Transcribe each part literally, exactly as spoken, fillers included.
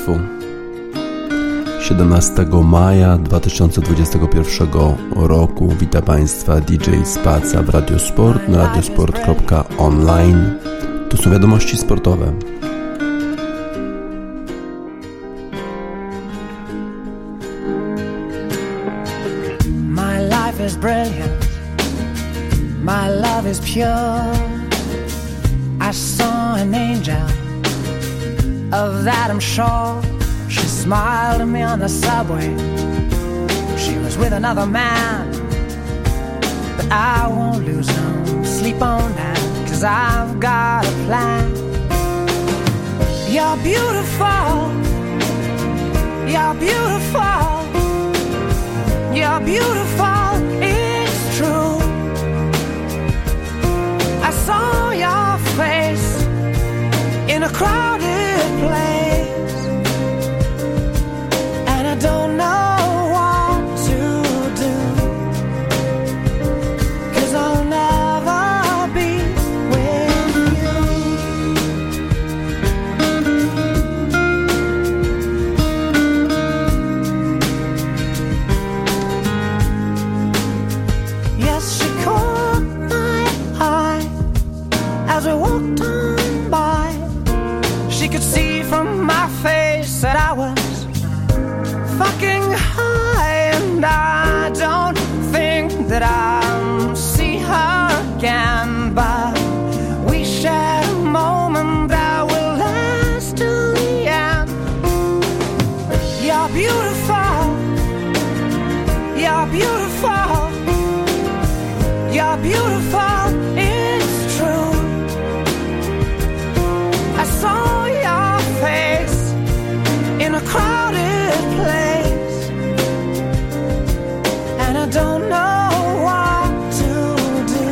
Państwu. siedemnastego maja dwa tysiące dwudziestego pierwszego roku wita Państwa D J Spaca w Radiosport na radiosport kropka online. Tu są wiadomości sportowe. My life is brilliant. My love is pure. I saw an angel. Of that I'm sure. She smiled at me on the subway. She was with another man. But I won't lose no sleep on that, 'cause I've got a plan. You're beautiful. You're beautiful. You're beautiful. It's true. I saw your face in a crowded place, and I don't know what to do, 'cause I'll never be with you. Yes, she caught my eye as we walked on by. She could see from my face that I was fucking high, and I don't think that I'll see her again, but we shared a moment that will last till the end. You're beautiful. You're beautiful. You're beautiful. It's true. I saw your face in a crowded place, and I don't know what to do,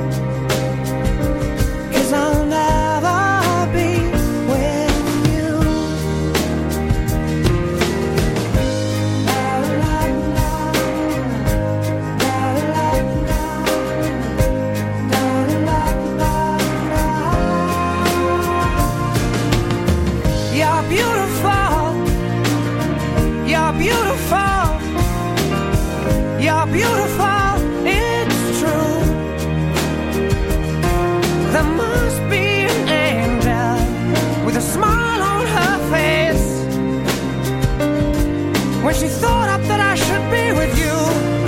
'cause I'll never be with you. You're beautiful. You're beautiful. You're beautiful. It's true. There must be an angel with a smile on her face when she thought up that I should be with you.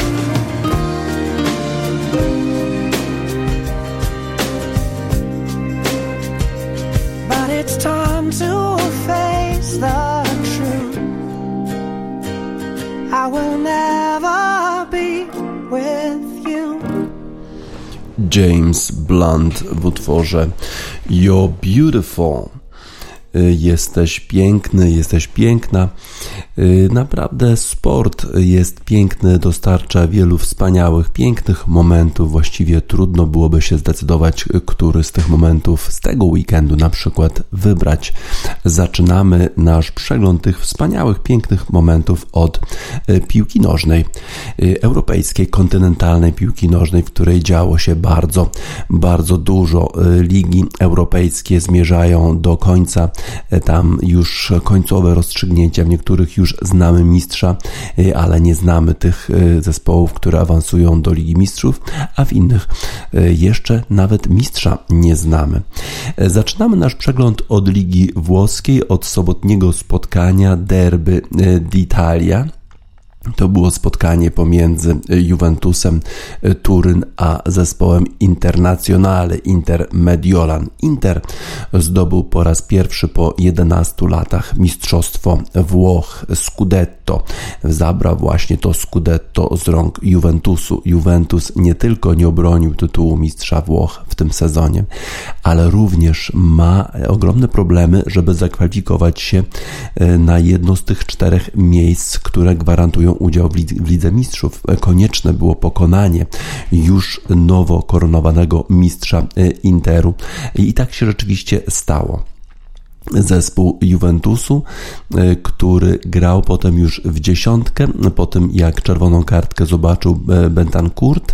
But it's time to face the truth. I will never be with you. James Blunt w utworze You're Beautiful. Jesteś piękny, jesteś piękna. Naprawdę sport jest piękny, dostarcza wielu wspaniałych, pięknych momentów. Właściwie trudno byłoby się zdecydować, który z tych momentów z tego weekendu na przykład wybrać. Zaczynamy nasz przegląd tych wspaniałych, pięknych momentów od piłki nożnej, europejskiej, kontynentalnej piłki nożnej, w której działo się bardzo, bardzo dużo. Ligi europejskie zmierzają do końca. Tam już końcowe rozstrzygnięcia, w niektórych już znamy mistrza, ale nie znamy tych zespołów, które awansują do Ligi Mistrzów, a w innych jeszcze nawet mistrza nie znamy. Zaczynamy nasz przegląd od Ligi Włoskiej, od sobotniego spotkania Derby d'Italia. To było spotkanie pomiędzy Juventusem Turyn a zespołem Internazionale Inter Mediolan. Inter zdobył po raz pierwszy po jedenastu latach mistrzostwo Włoch, Scudetto. Zabrał właśnie to Scudetto z rąk Juventusu. Juventus nie tylko nie obronił tytułu mistrza Włoch w tym sezonie, ale również ma ogromne problemy, żeby zakwalifikować się na jedno z tych czterech miejsc, które gwarantują udział w Lidze Mistrzów. Konieczne było pokonanie już nowo koronowanego mistrza Interu i tak się rzeczywiście stało. Zespół Juventusu, który grał potem już w dziesiątkę, po tym jak czerwoną kartkę zobaczył Bentancurt,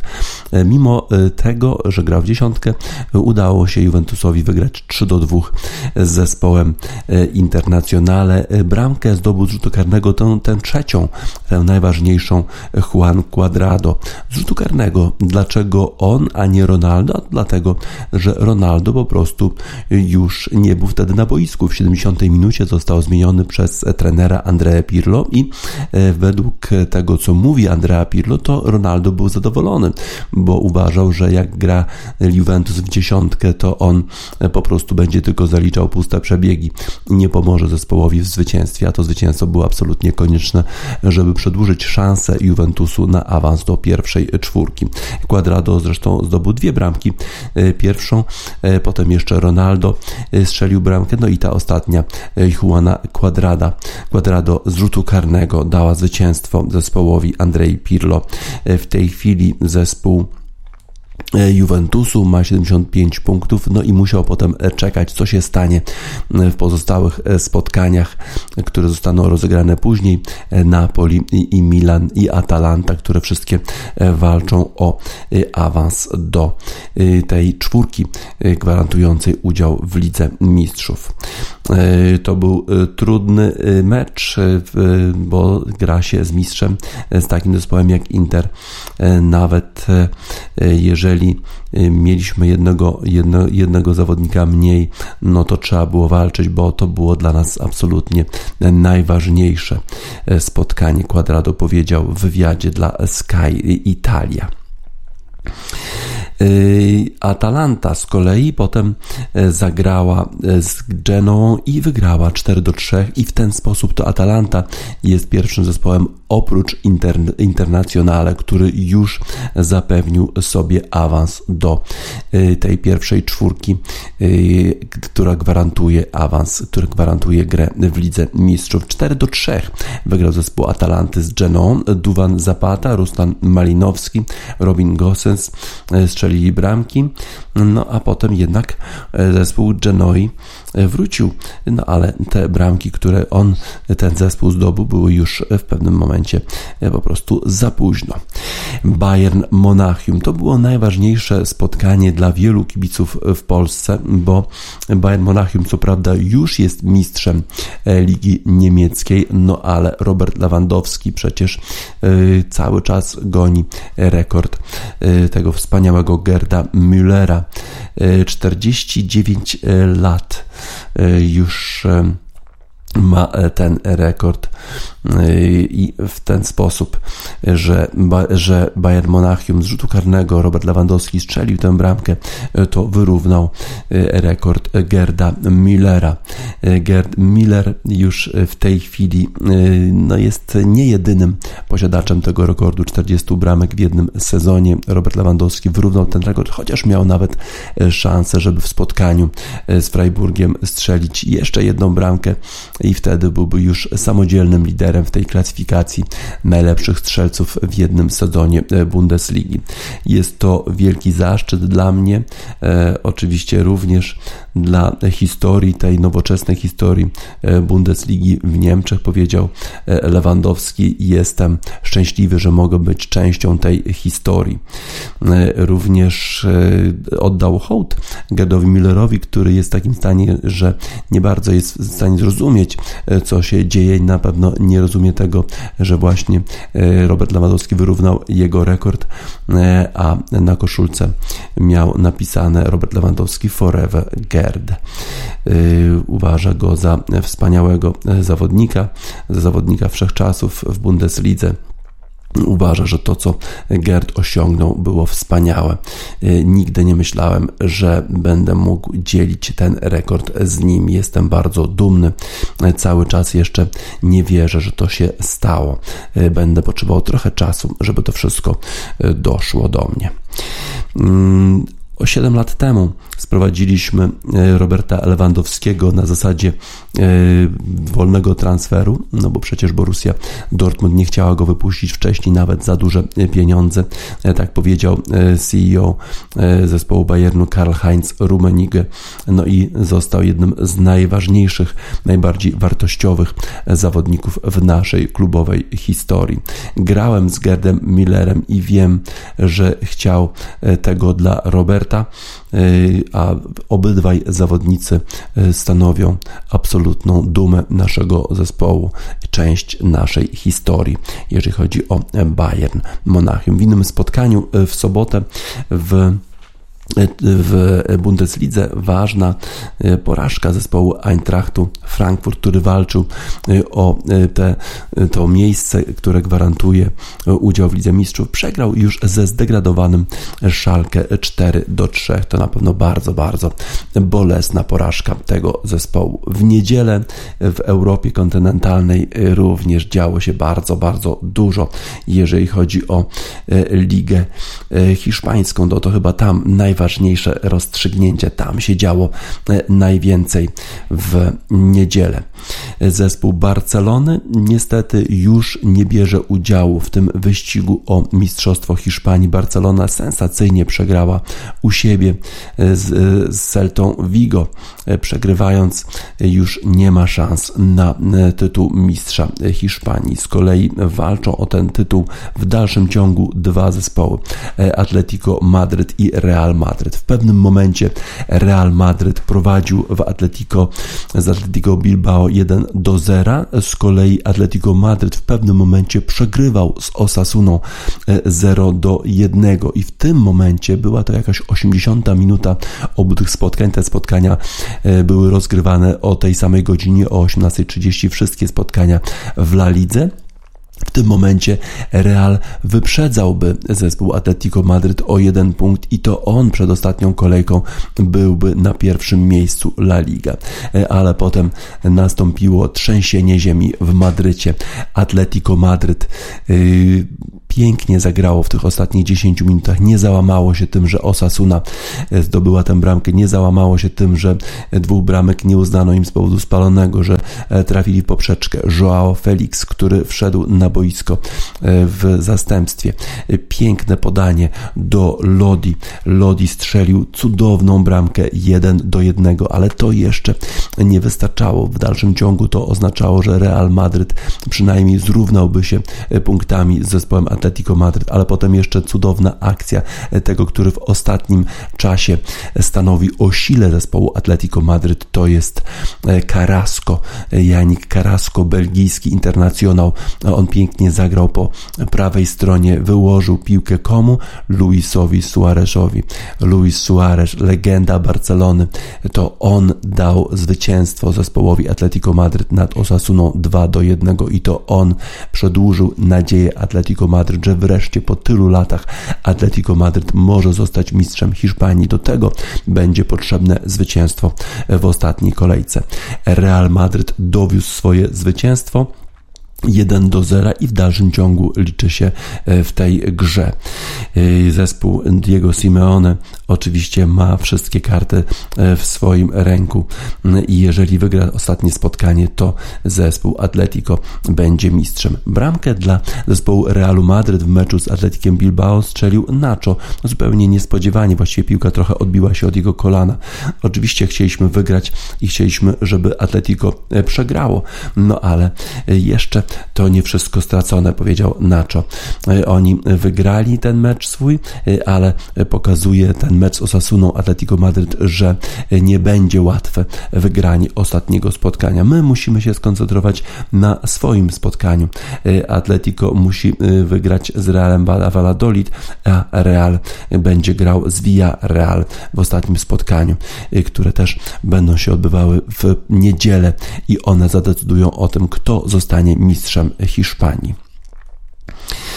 Mimo tego, że grał w dziesiątkę, udało się Juventusowi wygrać trzy do dwóch z zespołem Internazionale. Bramkę zdobył z rzutu karnego, tę, tę trzecią, tę najważniejszą, Juan Cuadrado. Z rzutu karnego. Dlaczego on, a nie Ronaldo? Dlatego, że Ronaldo po prostu już nie był wtedy na boisku. W siedemdziesiątej minucie został zmieniony przez trenera Andrea Pirlo i według tego, co mówi Andrea Pirlo, to Ronaldo był zadowolony, bo uważał, że jak gra Juventus w dziesiątkę, to on po prostu będzie tylko zaliczał puste przebiegi i nie pomoże zespołowi w zwycięstwie, a to zwycięstwo było absolutnie konieczne, żeby przedłużyć szansę Juventusu na awans do pierwszej czwórki. Cuadrado zresztą zdobył dwie bramki. Pierwszą, potem jeszcze Ronaldo strzelił bramkę, no i ta ostatnia Juana Cuadrada. Cuadrado z rzutu karnego dała zwycięstwo zespołowi Andrei Pirlo. W tej chwili zespół Juventusu ma siedemdziesiąt pięć punktów, no i musiał potem czekać, co się stanie w pozostałych spotkaniach, które zostaną rozegrane później. Napoli i Milan i Atalanta, które wszystkie walczą o awans do tej czwórki gwarantującej udział w Lidze Mistrzów. To był trudny mecz, bo gra się z mistrzem, z takim zespołem jak Inter. Nawet jeżeli mieliśmy jednego, jedno, jednego zawodnika mniej, no to trzeba było walczyć, bo to było dla nas absolutnie najważniejsze spotkanie. Cuadrado powiedział w wywiadzie dla Sky Italia. Atalanta z kolei potem zagrała z Genoą i wygrała cztery do trzech i w ten sposób to Atalanta jest pierwszym zespołem oprócz Inter, Internazionale, który już zapewnił sobie awans do tej pierwszej czwórki, która gwarantuje awans, który gwarantuje grę w Lidze Mistrzów. cztery do trzech wygrał zespół Atalanty z Genoą. Duvan Zapata, Ruslan Malinowski, Robin Gosens strzelili bramki, no a potem jednak zespół Genoi wrócił, no ale te bramki, które on, ten zespół zdobył, były już w pewnym momencie po prostu za późno. Bayern Monachium to było najważniejsze spotkanie dla wielu kibiców w Polsce, bo Bayern Monachium co prawda już jest mistrzem Ligi Niemieckiej, no ale Robert Lewandowski przecież cały czas goni rekord tego wspaniałego Gerda Müllera. czterdzieści dziewięć lat już ma ten rekord i w ten sposób, że, że Bayern Monachium z rzutu karnego Robert Lewandowski strzelił tę bramkę, to wyrównał rekord Gerda Müllera. Gerd Müller już w tej chwili no jest nie jedynym posiadaczem tego rekordu czterdziestu bramek w jednym sezonie. Robert Lewandowski wyrównał ten rekord, chociaż miał nawet szansę, żeby w spotkaniu z Freiburgiem strzelić jeszcze jedną bramkę i wtedy byłby już samodzielnym liderem w tej klasyfikacji najlepszych strzelców w jednym sezonie Bundesligi. Jest to wielki zaszczyt dla mnie, e, oczywiście również dla historii, tej nowoczesnej historii Bundesligi w Niemczech, powiedział Lewandowski. Jestem szczęśliwy, że mogę być częścią tej historii. Również oddał hołd Gerdowi Müllerowi, który jest w takim stanie, że nie bardzo jest w stanie zrozumieć, co się dzieje i na pewno nie rozumie tego, że właśnie Robert Lewandowski wyrównał jego rekord, a na koszulce miał napisane Robert Lewandowski Forever Gerd. Uważa go za wspaniałego zawodnika, za zawodnika wszechczasów w Bundeslidze. Uważa, że to, co Gerd osiągnął, było wspaniałe. Nigdy nie myślałem, że będę mógł dzielić ten rekord z nim. Jestem bardzo dumny. Cały czas jeszcze nie wierzę, że to się stało. Będę potrzebował trochę czasu, żeby to wszystko doszło do mnie. O siedem lat temu sprowadziliśmy Roberta Lewandowskiego na zasadzie wolnego transferu, no bo przecież Borussia Dortmund nie chciała go wypuścić wcześniej, nawet za duże pieniądze. Tak powiedział C E O zespołu Bayernu Karl-Heinz Rummenigge. No i został jednym z najważniejszych, najbardziej wartościowych zawodników w naszej klubowej historii. Grałem z Gerdem Millerem i wiem, że chciał tego dla Roberta, a obydwaj zawodnicy stanowią absolutną dumę naszego zespołu, część naszej historii, jeżeli chodzi o Bayern Monachium. W innym spotkaniu w sobotę w w Bundeslidze ważna porażka zespołu Eintrachtu Frankfurt, który walczył o te, to miejsce, które gwarantuje udział w Lidze Mistrzów. Przegrał już ze zdegradowanym Schalke cztery do trzech. To na pewno bardzo, bardzo bolesna porażka tego zespołu. W niedzielę w Europie kontynentalnej również działo się bardzo, bardzo dużo, jeżeli chodzi o Ligę Hiszpańską. To, to chyba tam naj najważniejsze rozstrzygnięcie. Tam się działo najwięcej w niedzielę. Zespół Barcelony niestety już nie bierze udziału w tym wyścigu o Mistrzostwo Hiszpanii. Barcelona sensacyjnie przegrała u siebie z, z Celtą Vigo. Przegrywając, już nie ma szans na tytuł mistrza Hiszpanii. Z kolei walczą o ten tytuł w dalszym ciągu dwa zespoły. Atletico Madryt i Real Madryt. W pewnym momencie Real Madryt prowadził w Atletico z Atletico Bilbao jeden do zera, z kolei Atletico Madryt w pewnym momencie przegrywał z Osasuną zero do jednego i w tym momencie była to jakaś osiemdziesiąta minuta obu tych spotkań. Te spotkania były rozgrywane o tej samej godzinie, o osiemnasta trzydzieści, wszystkie spotkania w La Lidze. W tym momencie Real wyprzedzałby zespół Atletico Madryt o jeden punkt i to on przed ostatnią kolejką byłby na pierwszym miejscu La Liga. Ale potem nastąpiło trzęsienie ziemi w Madrycie. Atletico Madryt yy, pięknie zagrało w tych ostatnich dziesięciu minutach. Nie załamało się tym, że Osasuna zdobyła tę bramkę. Nie załamało się tym, że dwóch bramek nie uznano im z powodu spalonego, że trafili w poprzeczkę. Joao Felix, który wszedł na boisko w zastępstwie. Piękne podanie do Lodi. Lodi strzelił cudowną bramkę jeden do jednego, ale to jeszcze nie wystarczało. W dalszym ciągu to oznaczało, że Real Madryt przynajmniej zrównałby się punktami z zespołem Atletico Madryt, ale potem jeszcze cudowna akcja tego, który w ostatnim czasie stanowi o sile zespołu Atletico Madryt, to jest Carrasco. Yannick Carrasco, belgijski internacjonał. On pięknie zagrał po prawej stronie, wyłożył piłkę komu? Luisowi Suarezowi. Luis Suarez, legenda Barcelony, to on dał zwycięstwo zespołowi Atletico Madryt nad Osasuną dwa do jednego i to on przedłużył nadzieję Atletico Madryt, że wreszcie po tylu latach Atletico Madryt może zostać mistrzem Hiszpanii. Do tego będzie potrzebne zwycięstwo w ostatniej kolejce. Real Madryt dowiózł swoje zwycięstwo jeden do zera i w dalszym ciągu liczy się w tej grze. Zespół Diego Simeone oczywiście ma wszystkie karty w swoim ręku i jeżeli wygra ostatnie spotkanie, to zespół Atletico będzie mistrzem. Bramkę dla zespołu Realu Madryt w meczu z Atletikiem Bilbao strzelił Nacho. Zupełnie niespodziewanie, właściwie piłka trochę odbiła się od jego kolana. Oczywiście chcieliśmy wygrać i chcieliśmy, żeby Atletico przegrało, no ale jeszcze to nie wszystko stracone, powiedział Nacho. Oni wygrali ten mecz swój, ale pokazuje ten mecz z Osasuną Atletico Madryt, że nie będzie łatwe wygranie ostatniego spotkania. My musimy się skoncentrować na swoim spotkaniu. Atletico musi wygrać z Realem Valladolid, a Real będzie grał z Villarreal w ostatnim spotkaniu, które też będą się odbywały w niedzielę i one zadecydują o tym, kto zostanie mistrzem Hiszpanii.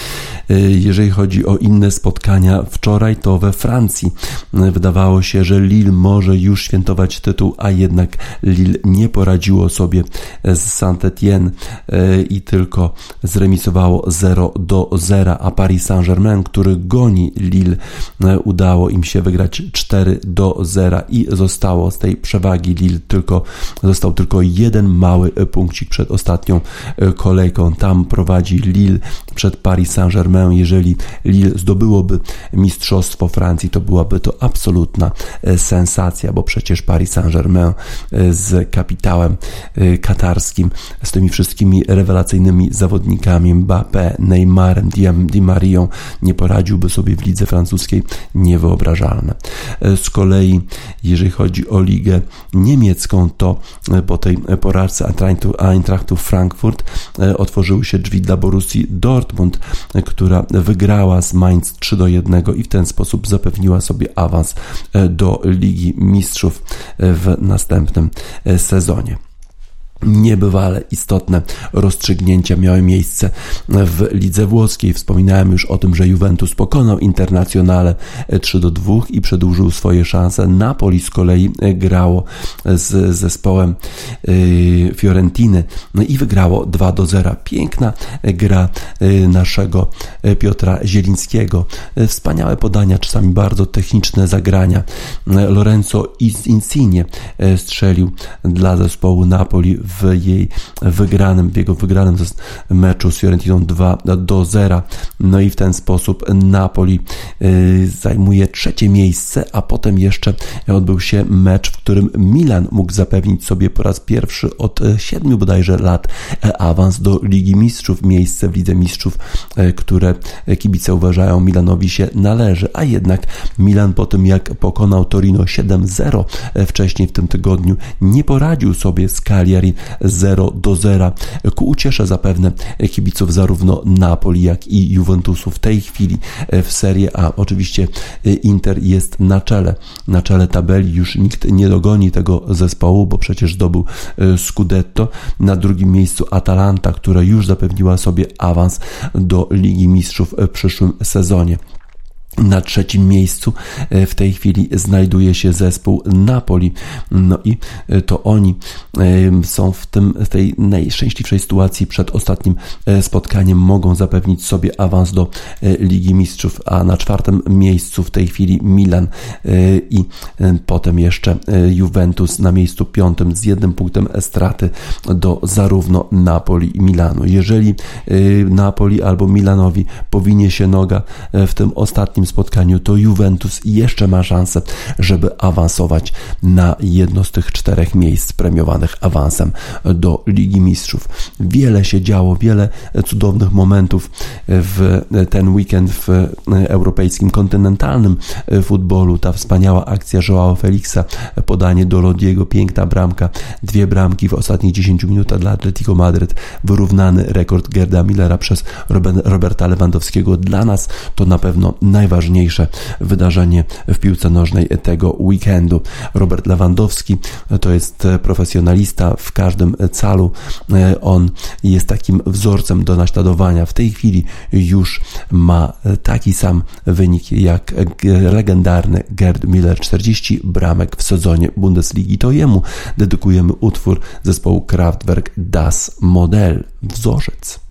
Jeżeli chodzi o inne spotkania, wczoraj to we Francji. Wydawało się, że Lille może już świętować tytuł, a jednak Lille nie poradziło sobie z Saint-Étienne i tylko zremisowało zero do zera, a Paris Saint-Germain, który goni Lille, udało im się wygrać cztery do zera i zostało z tej przewagi Lille tylko, został tylko jeden mały punkcik przed ostatnią kolejką. Tam prowadzi Lille przed Paris Saint-Germain. Jeżeli Lille zdobyłoby mistrzostwo Francji, to byłaby to absolutna sensacja, bo przecież Paris Saint-Germain z kapitałem katarskim, z tymi wszystkimi rewelacyjnymi zawodnikami Mbappé, Neymarem, Di Marią nie poradziłby sobie w lidze francuskiej, niewyobrażalne. Z kolei jeżeli chodzi o ligę niemiecką, to po tej porażce Eintrachtu Frankfurt otworzyły się drzwi dla Borussii Dortmund, która wygrała z Mainz trzy do jednego i w ten sposób zapewniła sobie awans do Ligi Mistrzów w następnym sezonie. Niebywale istotne rozstrzygnięcia miały miejsce w lidze włoskiej. Wspominałem już o tym, że Juventus pokonał Internazionale trzy do dwóch i przedłużył swoje szanse. Napoli z kolei grało z zespołem Fiorentiny i wygrało dwa do zera. Piękna gra naszego Piotra Zielińskiego. Wspaniałe podania, czasami bardzo techniczne zagrania. Lorenzo Insigne strzelił dla zespołu Napoli w jej wygranym, w jego wygranym meczu z Fiorentiną dwa do zera. No i w ten sposób Napoli y, zajmuje trzecie miejsce, a potem jeszcze odbył się mecz, w którym Milan mógł zapewnić sobie po raz pierwszy od siedmiu bodajże lat awans do Ligi Mistrzów, miejsce w Lidze Mistrzów, y, które kibice uważają Milanowi się należy, a jednak Milan po tym jak pokonał Torino siedem zero wcześniej w tym tygodniu, nie poradził sobie z Cagliari zero do zera. Ku uciesze zapewne kibiców zarówno Napoli, jak i Juventusu w tej chwili w Serie A. Oczywiście Inter jest na czele, na czele tabeli, już nikt nie dogoni tego zespołu, bo przecież zdobył Scudetto. Na drugim miejscu Atalanta, która już zapewniła sobie awans do Ligi Mistrzów w przyszłym sezonie. Na trzecim miejscu w tej chwili znajduje się zespół Napoli. No i to oni są w, tym, w tej najszczęśliwszej sytuacji przed ostatnim spotkaniem. Mogą zapewnić sobie awans do Ligi Mistrzów, a na czwartym miejscu w tej chwili Milan i potem jeszcze Juventus na miejscu piątym z jednym punktem straty do zarówno Napoli i Milanu. Jeżeli Napoli albo Milanowi powinie się noga w tym ostatnim spotkaniu, to Juventus jeszcze ma szansę, żeby awansować na jedno z tych czterech miejsc premiowanych awansem do Ligi Mistrzów. Wiele się działo, wiele cudownych momentów w ten weekend w europejskim, kontynentalnym futbolu. Ta wspaniała akcja Joao Felixa, podanie do Lodiego, piękna bramka, dwie bramki w ostatnich dziesięciu minutach dla Atletico Madryt, wyrównany rekord Gerda Millera przez Roberta Lewandowskiego. Dla nas to na pewno najważniejsze wydarzenie w piłce nożnej tego weekendu. Robert Lewandowski to jest profesjonalista w każdym calu. On jest takim wzorcem do naśladowania. W tej chwili już ma taki sam wynik jak legendarny Gerd Müller, czterdzieści bramek w sezonie Bundesligi. To jemu dedykujemy utwór zespołu Kraftwerk Das Modell, wzorzec.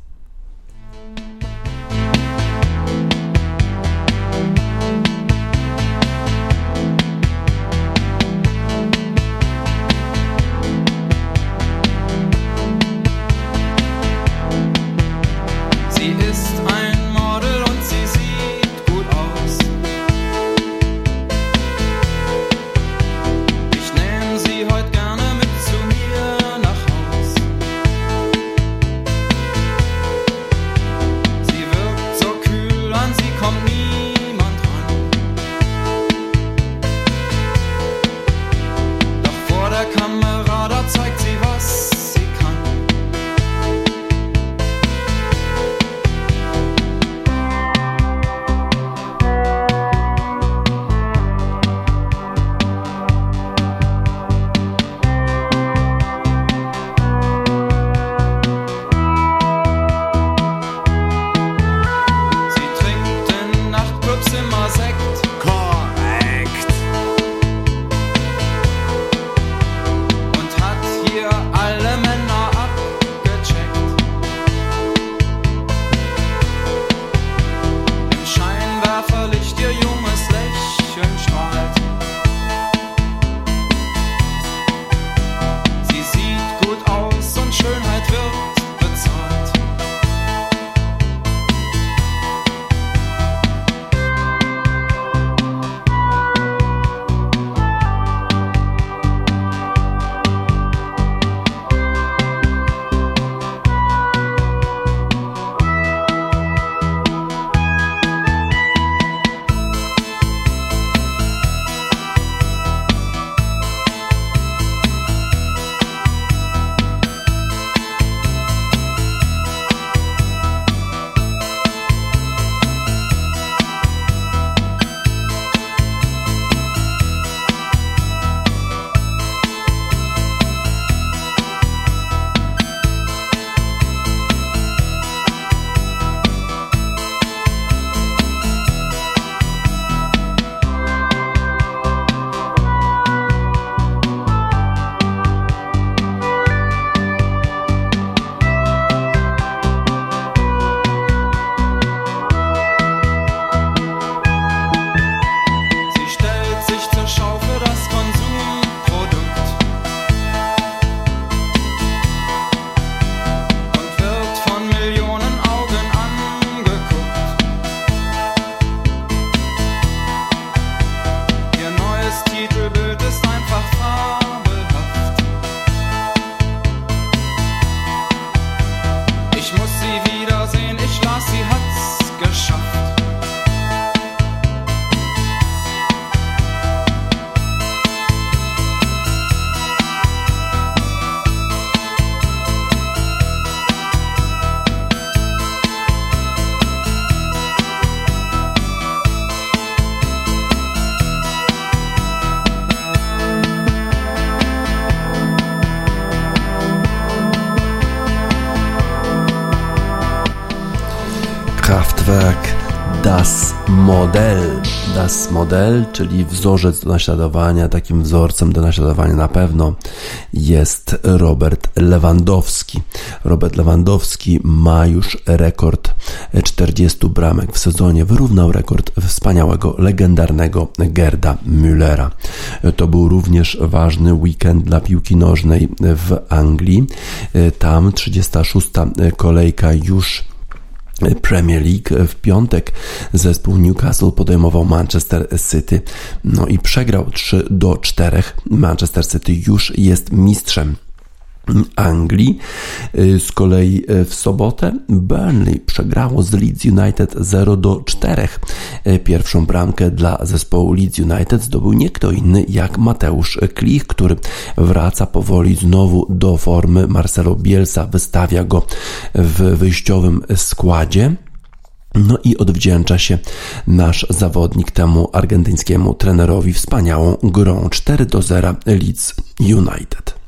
Heute gerne mit zu mir nach Haus. Kraftwerk, das Modell. Das Modell, czyli wzorzec do naśladowania, takim wzorcem do naśladowania na pewno jest Robert Lewandowski. Robert Lewandowski ma już rekord czterdziestu bramek w sezonie, wyrównał rekord wspaniałego, legendarnego Gerda Müllera. To był również ważny weekend dla piłki nożnej w Anglii. Tam trzydziesta szósta kolejka już Premier League. W piątek zespół Newcastle podejmował Manchester City, no i przegrał trzy do czterech. Manchester City już jest mistrzem Anglii. Z kolei w sobotę Burnley przegrało z Leeds United zero do czterech. Pierwszą bramkę dla zespołu Leeds United zdobył nie kto inny jak Mateusz Klich, który wraca powoli znowu do formy. Marcelo Bielsa wystawia go w wyjściowym składzie. No i odwdzięcza się nasz zawodnik temu argentyńskiemu trenerowi wspaniałą grą. cztery do zera Leeds United.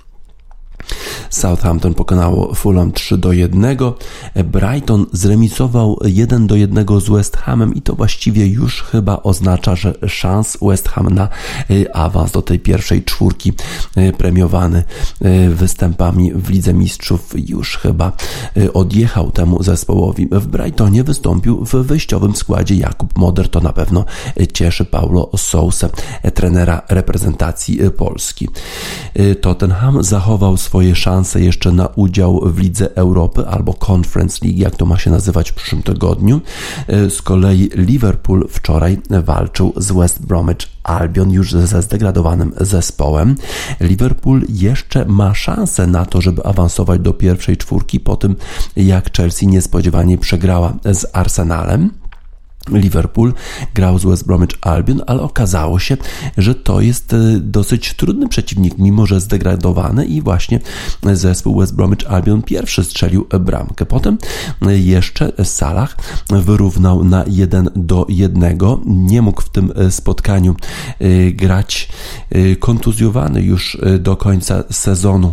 Southampton pokonało Fulham trzy do jednego. Brighton zremisował jeden do jednego z West Hamem i to właściwie już chyba oznacza, że szans West Ham na awans do tej pierwszej czwórki, premiowany występami w Lidze Mistrzów, już chyba odjechał temu zespołowi. W Brightonie wystąpił w wyjściowym składzie Jakub Moder. To na pewno cieszy Paulo Sousę, trenera reprezentacji Polski. Tottenham zachował swoje szanse jeszcze na udział w Lidze Europy albo Conference League, jak to ma się nazywać w przyszłym tygodniu. Z kolei Liverpool wczoraj walczył z West Bromwich Albion już ze zdegradowanym zespołem. Liverpool jeszcze ma szansę na to, żeby awansować do pierwszej czwórki po tym, jak Chelsea niespodziewanie przegrała z Arsenalem. Liverpool grał z West Bromwich Albion, ale okazało się, że to jest dosyć trudny przeciwnik, mimo że zdegradowany, i właśnie zespół West Bromwich Albion pierwszy strzelił bramkę. Potem jeszcze Salah wyrównał na jeden do jednego. Nie mógł w tym spotkaniu grać kontuzjowany już do końca sezonu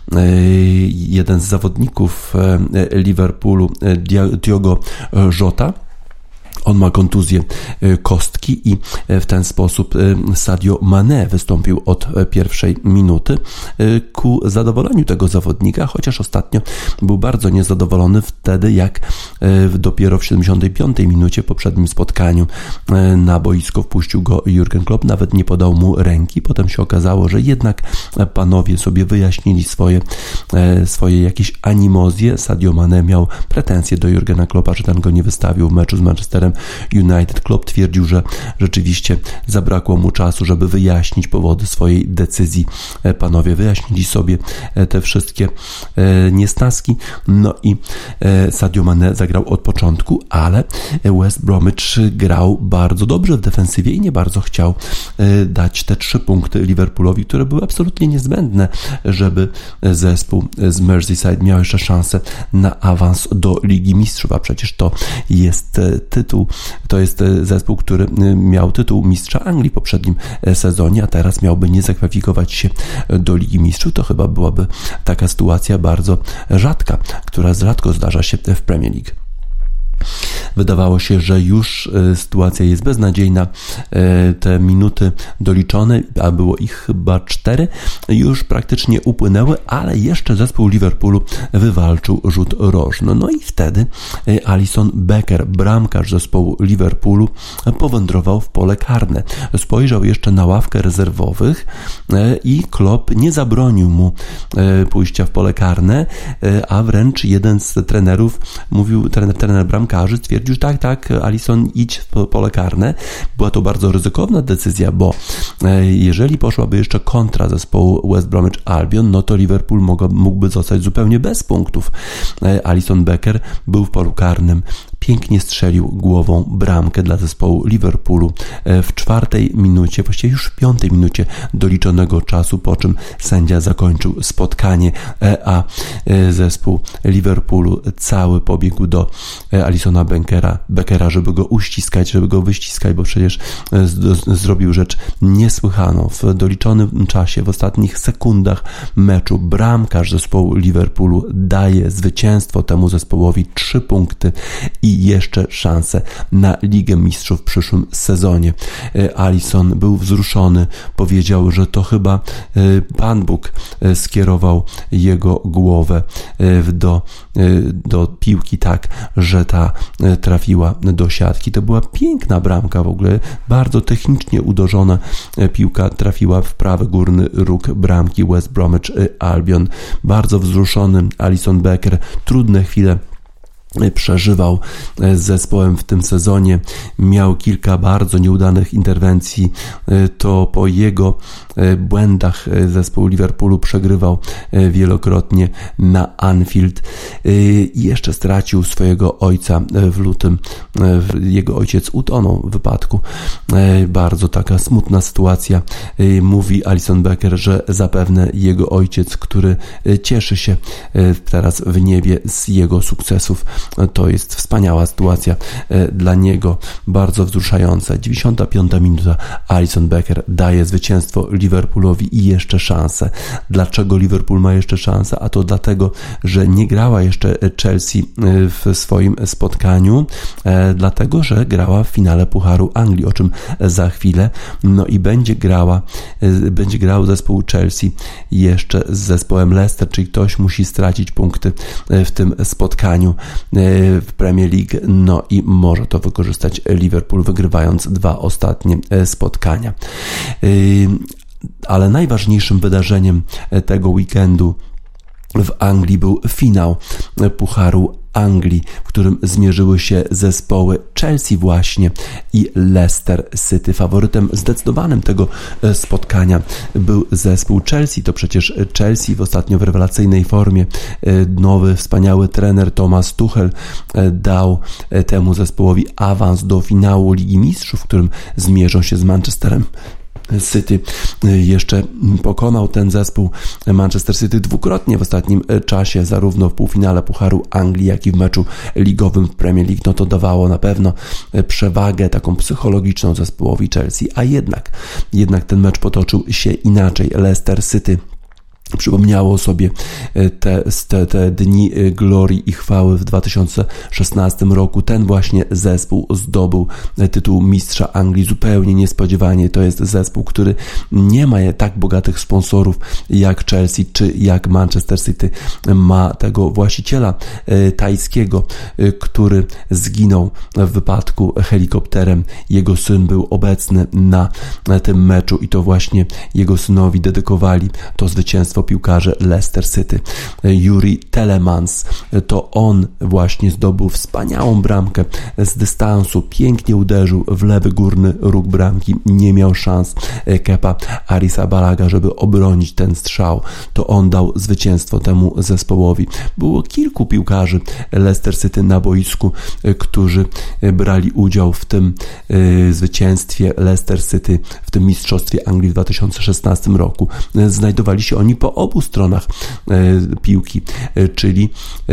jeden z zawodników Liverpoolu, Diogo Jota. On ma kontuzję kostki i w ten sposób Sadio Mané wystąpił od pierwszej minuty ku zadowoleniu tego zawodnika, chociaż ostatnio był bardzo niezadowolony wtedy, jak dopiero w siedemdziesiątej piątej minucie w poprzednim spotkaniu na boisko wpuścił go Jurgen Klopp, nawet nie podał mu ręki. Potem się okazało, że jednak panowie sobie wyjaśnili swoje, swoje jakieś animozje. Sadio Mané miał pretensje do Jurgena Kloppa, że ten go nie wystawił w meczu z Manchesterem United. Klopp twierdził, że rzeczywiście zabrakło mu czasu, żeby wyjaśnić powody swojej decyzji. Panowie wyjaśnili sobie te wszystkie niesnaski, no i Sadio Mané zagrał od początku, ale West Bromwich grał bardzo dobrze w defensywie i nie bardzo chciał dać te trzy punkty Liverpoolowi, które były absolutnie niezbędne, żeby zespół z Merseyside miał jeszcze szansę na awans do Ligi Mistrzów, a przecież to jest tytuł, to jest zespół, który miał tytuł mistrza Anglii w poprzednim sezonie, a teraz miałby nie zakwalifikować się do Ligi Mistrzów. To chyba byłaby taka sytuacja bardzo rzadka, która rzadko zdarza się w Premier League. Wydawało się, że już sytuacja jest beznadziejna. Te minuty doliczone, a było ich chyba cztery, już praktycznie upłynęły, ale jeszcze zespół Liverpoolu wywalczył rzut rożny. No i wtedy Alisson Becker, bramkarz zespołu Liverpoolu, powędrował w pole karne. Spojrzał jeszcze na ławkę rezerwowych i Klopp nie zabronił mu pójścia w pole karne, a wręcz jeden z trenerów mówił, trener, trener bramkarzy stwierdził, że tak, tak, Alisson, idź w pole karne. Była to bardzo ryzykowna decyzja, bo jeżeli poszłaby jeszcze kontra zespołu West Bromwich Albion, no to Liverpool mógłby zostać zupełnie bez punktów. Alisson Becker był w polu karnym, pięknie strzelił głową bramkę dla zespołu Liverpoolu w czwartej minucie, właściwie już w piątej minucie doliczonego czasu, po czym sędzia zakończył spotkanie, a zespół Liverpoolu cały pobiegł do Alissona Beckera, Beckera, żeby go uściskać, żeby go wyściskać, bo przecież zrobił rzecz niesłychaną. W doliczonym czasie, w ostatnich sekundach meczu bramkarz zespołu Liverpoolu daje zwycięstwo temu zespołowi, trzy punkty i mieli jeszcze szansę na Ligę Mistrzów w przyszłym sezonie. Alisson był wzruszony, powiedział, że to chyba Pan Bóg skierował jego głowę do, do piłki tak, że ta trafiła do siatki. To była piękna bramka w ogóle, bardzo technicznie uderzona piłka trafiła w prawy górny róg bramki West Bromwich Albion. Bardzo wzruszony Alisson Becker, trudne chwile przeżywał z zespołem w tym sezonie. Miał kilka bardzo nieudanych interwencji. To po jego błędach zespół Liverpoolu przegrywał wielokrotnie na Anfield i jeszcze stracił swojego ojca w lutym. Jego ojciec utonął w wypadku. Bardzo taka smutna sytuacja. Mówi Alisson Becker, że zapewne jego ojciec, który cieszy się teraz w niebie z jego sukcesów, to jest wspaniała sytuacja dla niego, bardzo wzruszająca. dziewięćdziesiąta piąta minuta, Alisson Becker daje zwycięstwo Liverpoolowi i jeszcze szansę. Dlaczego Liverpool ma jeszcze szansę? A to dlatego, że nie grała jeszcze Chelsea w swoim spotkaniu, dlatego, że grała w finale Pucharu Anglii, o czym za chwilę. No i będzie grała, będzie grał zespół Chelsea jeszcze z zespołem Leicester, czyli ktoś musi stracić punkty w tym spotkaniu w Premier League, no i może to wykorzystać Liverpool, wygrywając dwa ostatnie spotkania. Ale najważniejszym wydarzeniem tego weekendu w Anglii był finał Pucharu Anglii, w którym zmierzyły się zespoły Chelsea właśnie i Leicester City. Faworytem zdecydowanym tego spotkania był zespół Chelsea. To przecież Chelsea w ostatnio w rewelacyjnej formie. Nowy, wspaniały trener Thomas Tuchel dał temu zespołowi awans do finału Ligi Mistrzów, w którym zmierzą się z Manchesterem City. Jeszcze pokonał ten zespół Manchester City dwukrotnie w ostatnim czasie, zarówno w półfinale Pucharu Anglii, jak i w meczu ligowym w Premier League. No to dawało na pewno przewagę taką psychologiczną zespołowi Chelsea, a jednak jednak ten mecz potoczył się inaczej. Leicester City przypomniało sobie te, te, te dni glorii i chwały w dwa tysiące szesnastym roku. Ten właśnie zespół zdobył tytuł mistrza Anglii zupełnie niespodziewanie. To jest zespół, który nie ma tak bogatych sponsorów jak Chelsea czy jak Manchester City. Ma tego właściciela tajskiego, który zginął w wypadku helikopterem. Jego syn był obecny na tym meczu i to właśnie jego synowi dedykowali to zwycięstwo piłkarze Leicester City. Yuri Telemans, to on właśnie zdobył wspaniałą bramkę z dystansu, pięknie uderzył w lewy górny róg bramki, nie miał szans Kepa Arrizabalaga, żeby obronić ten strzał. To on dał zwycięstwo temu zespołowi. Było kilku piłkarzy Leicester City na boisku, którzy brali udział w tym zwycięstwie Leicester City, w tym mistrzostwie Anglii w dwa tysiące szesnastym roku. Znajdowali się oni po obu stronach piłki, czyli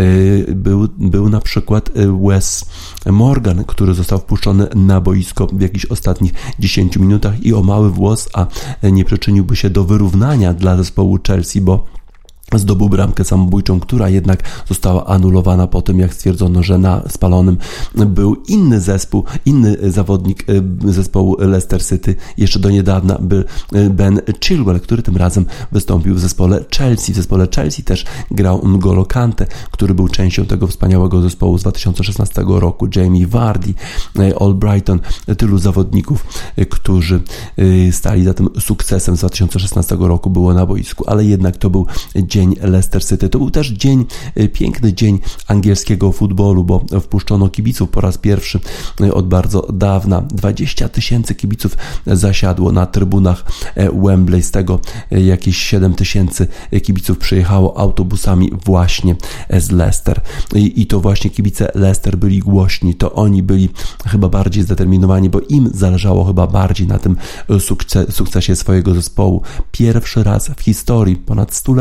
był, był na przykład Wes Morgan, który został wpuszczony na boisko w jakichś ostatnich dziesięciu minutach i o mały włos, a nie przyczyniłby się do wyrównania dla zespołu Chelsea, bo zdobył bramkę samobójczą, która jednak została anulowana po tym, jak stwierdzono, że na spalonym był inny zespół, inny zawodnik zespołu Leicester City. Jeszcze do niedawna był Ben Chilwell, który tym razem wystąpił w zespole Chelsea. W zespole Chelsea też grał N'Golo Kante, który był częścią tego wspaniałego zespołu z dwa tysiące szesnastego roku. Jamie Vardy, Albrighton, tylu zawodników, którzy stali za tym sukcesem z dwa tysiące szesnastego roku było na boisku, ale jednak to był dzień Leicester City. To był też dzień, piękny dzień angielskiego futbolu, bo wpuszczono kibiców po raz pierwszy od bardzo dawna. dwadzieścia tysięcy kibiców zasiadło na trybunach Wembley, z tego jakieś siedem tysięcy kibiców przyjechało autobusami właśnie z Leicester. I, I to właśnie kibice Leicester byli głośni, to oni byli chyba bardziej zdeterminowani, bo im zależało chyba bardziej na tym sukces, sukcesie swojego zespołu. Pierwszy raz w historii, ponad stuletniej historii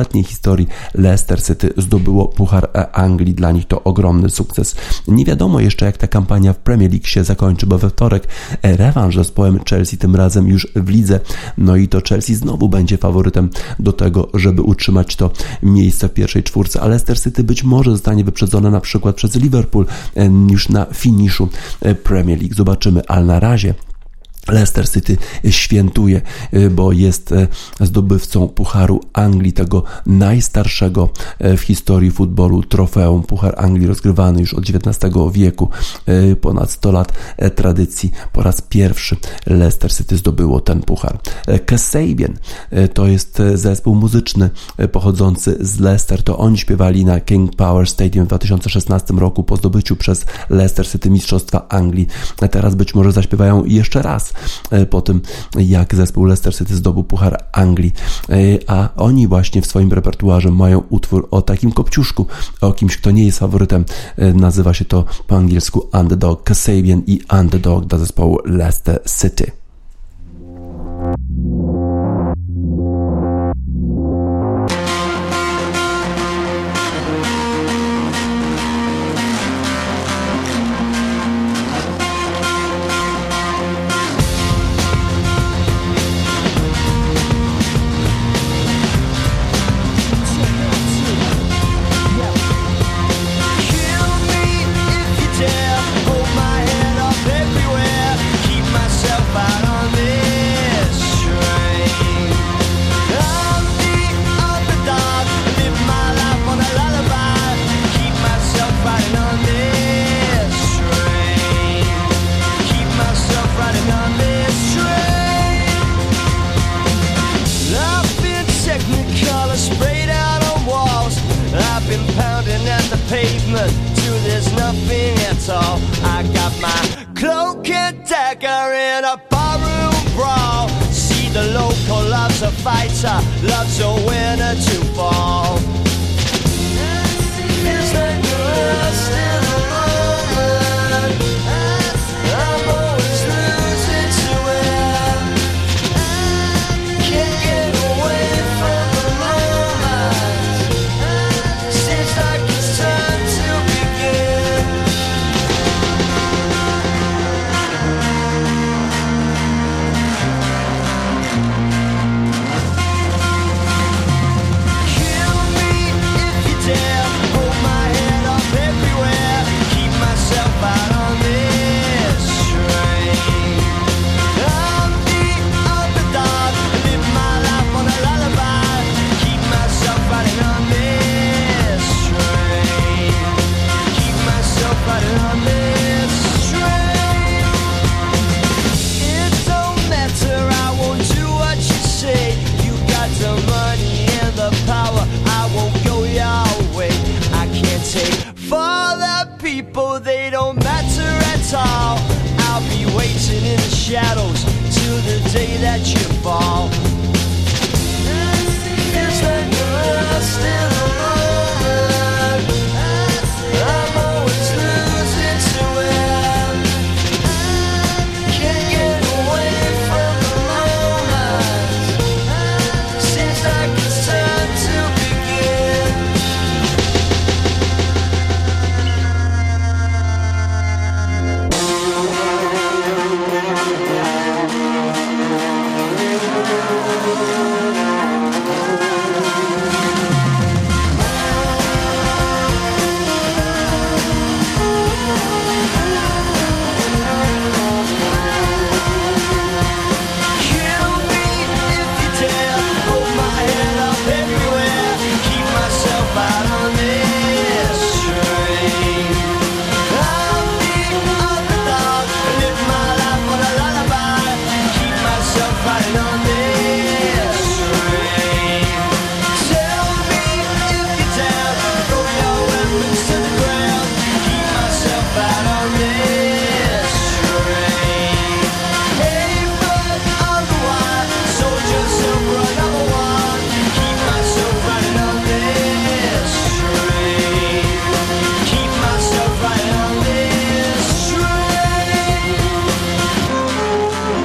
historii Leicester City zdobyło Puchar Anglii. Dla nich to ogromny sukces. Nie wiadomo jeszcze, jak ta kampania w Premier League się zakończy, bo we wtorek rewanż z zespołem Chelsea, tym razem już w lidze. No i to Chelsea znowu będzie faworytem do tego, żeby utrzymać to miejsce w pierwszej czwórce, a Leicester City być może zostanie wyprzedzone na przykład przez Liverpool już na finiszu Premier League. Zobaczymy, ale na razie Leicester City świętuje, bo jest zdobywcą Pucharu Anglii, tego najstarszego w historii futbolu trofeum. Puchar Anglii rozgrywany już od dziewiętnastego wieku, ponad sto lat tradycji. Po raz pierwszy Leicester City zdobyło ten puchar. Kasabian to jest zespół muzyczny pochodzący z Leicester. To oni śpiewali na King Power Stadium w dwa tysiące szesnastym roku po zdobyciu przez Leicester City Mistrzostwa Anglii. Teraz być może zaśpiewają jeszcze raz po tym, jak zespół Leicester City zdobył Puchar Anglii, a oni właśnie w swoim repertuarze mają utwór o takim kopciuszku, o kimś, kto nie jest faworytem. Nazywa się to po angielsku Underdog. Kasabian i Underdog dla zespołu Leicester City.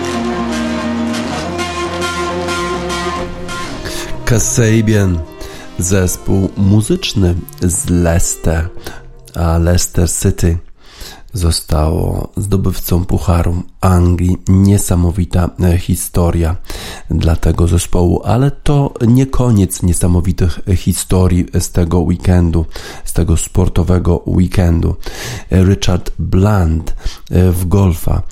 Kasabian, Zespół muzyczny z Leicester, a Leicester City zostało zdobywcą Pucharu Anglii. Niesamowita historia dla tego zespołu, ale to nie koniec niesamowitych historii z tego weekendu, z tego sportowego weekendu. Richard Bland w golfa,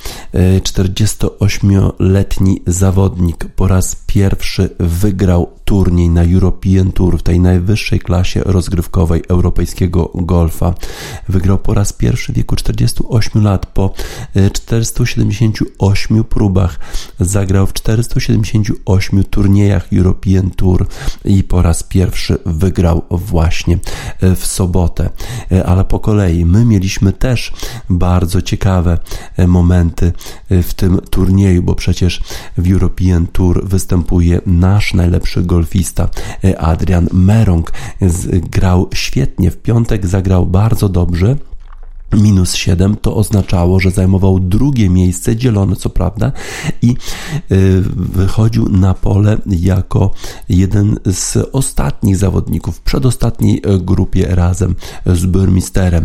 czterdziestoośmioletni zawodnik, po raz pierwszy wygrał turniej na European Tour w tej najwyższej klasie rozgrywkowej europejskiego golfa. Wygrał po raz pierwszy w wieku czterdziestu ośmiu lat. Po czterystu siedemdziesięciu ośmiu próbach zagrał w czterystu siedemdziesięciu ośmiu turniejach European Tour i po raz pierwszy wygrał właśnie w sobotę. Ale po kolei my mieliśmy też bardzo ciekawe momenty w tym turnieju, bo przecież w European Tour występuje nasz najlepszy golfista Adrian Meronk. Grał świetnie, w piątek zagrał bardzo dobrze. Minus siedem to oznaczało, że zajmował drugie miejsce, dzielone co prawda, i y, wychodził na pole jako jeden z ostatnich zawodników w przedostatniej grupie razem z Burmisterem.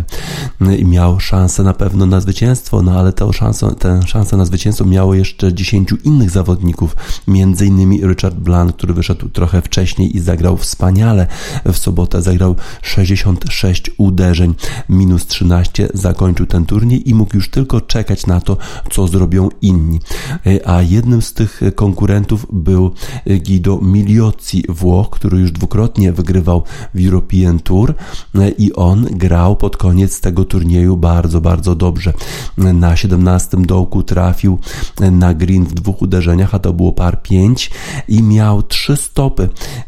I miał szansę na pewno na zwycięstwo, no ale tę szansę, tę szansę na zwycięstwo miało jeszcze dziesięciu innych zawodników, między innymi Richard Bland, który wyszedł trochę wcześniej i zagrał wspaniale. W sobotę zagrał sześćdziesiąt sześć uderzeń, minus trzynaście, zakończył ten turniej i mógł już tylko czekać na to, co zrobią inni. A jednym z tych konkurentów był Guido Migliozzi, Włoch, który już dwukrotnie wygrywał w European Tour i on grał pod koniec tego turnieju bardzo, bardzo dobrze. Na siedemnastym dołku trafił na green w dwóch uderzeniach, a to było par pięć, i miał trzy stopy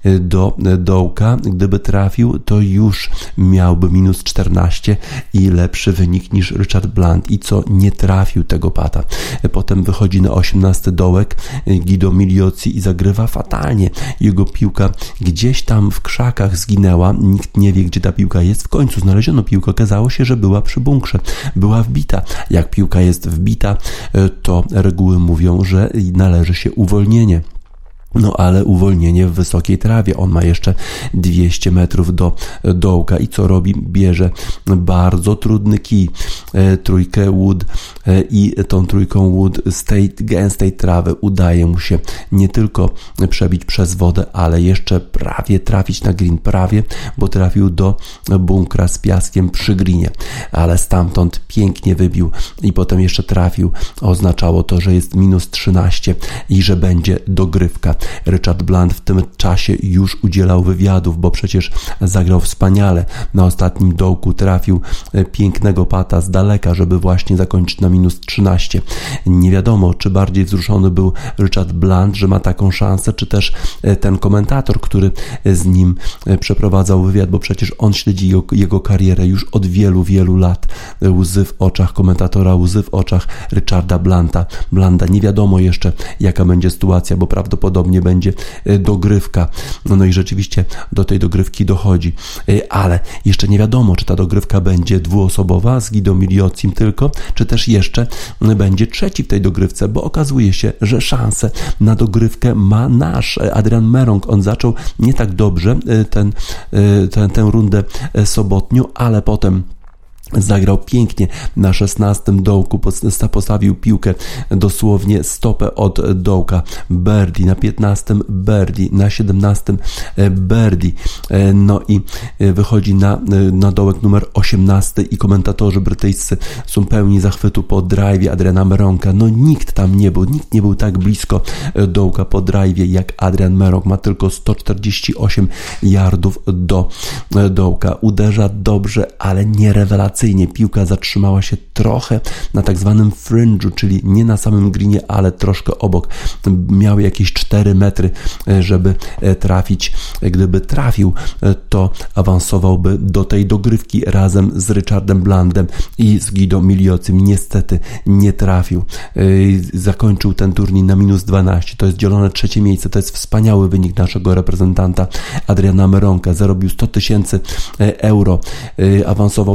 do dołka. Gdyby trafił, to już miałby minus czternaście i lepszy wynik niż Richard Bland, i co nie trafił tego pata. Potem wychodzi na osiemnasty dołek Guido Migliozzi i zagrywa fatalnie. Jego piłka gdzieś tam w krzakach zginęła, nikt nie wie, gdzie ta piłka jest. W końcu znaleziono piłkę, okazało się, że była przy bunkrze, była wbita. Jak piłka jest wbita, to reguły mówią, że należy się uwolnienie. No ale uwolnienie w wysokiej trawie. On ma jeszcze dwieście metrów do dołka i co robi? Bierze bardzo trudny kij, e, trójkę wood e, i tą trójką wood z tej gęstej trawy udaje mu się nie tylko przebić przez wodę, ale jeszcze prawie trafić na green, prawie, bo trafił do bunkra z piaskiem przy greenie, ale stamtąd pięknie wybił i potem jeszcze trafił. Oznaczało to, że jest minus trzynaście i że będzie dogrywka. Richard Bland w tym czasie już udzielał wywiadów, bo przecież zagrał wspaniale. Na ostatnim dołku trafił pięknego pata z daleka, żeby właśnie zakończyć na minus trzynaście. Nie wiadomo, czy bardziej wzruszony był Richard Bland, że ma taką szansę, czy też ten komentator, który z nim przeprowadzał wywiad, bo przecież on śledzi jego, jego karierę już od wielu, wielu lat. Łzy w oczach komentatora, łzy w oczach Richarda Blanda. Blanda. Nie wiadomo jeszcze, jaka będzie sytuacja, bo prawdopodobnie będzie dogrywka. No i rzeczywiście do tej dogrywki dochodzi. Ale jeszcze nie wiadomo, czy ta dogrywka będzie dwuosobowa z Guido Migliozzi tylko, czy też jeszcze będzie trzeci w tej dogrywce, bo okazuje się, że szansę na dogrywkę ma nasz Adrian Meronk. On zaczął nie tak dobrze ten, ten, tę rundę sobotnią, ale potem zagrał pięknie na szesnastym dołku, postawił piłkę dosłownie stopę od dołka, birdie, na piętnastym birdie, na siedemnastym birdie, no i wychodzi na, na dołek numer osiemnasty i komentatorzy brytyjscy są pełni zachwytu po drive'ie Adriana Meronka. No nikt tam nie był, nikt nie był tak blisko dołka po drive'ie jak Adrian Meronk. Ma tylko sto czterdzieści osiem yardów do dołka. Uderza dobrze, ale nie rewelacyjnie. Piłka zatrzymała się trochę na tak zwanym fringe'u, czyli nie na samym greenie, ale troszkę obok. Miał jakieś cztery metry, żeby trafić. Gdyby trafił, to awansowałby do tej dogrywki razem z Richardem Blandem i z Guido Migliozzi. Niestety nie trafił. Zakończył ten turniej na minus dwanaście. To jest dzielone trzecie miejsce. To jest wspaniały wynik naszego reprezentanta Adriana Meronka. Zarobił sto tysięcy euro. Awansował na trzydziesty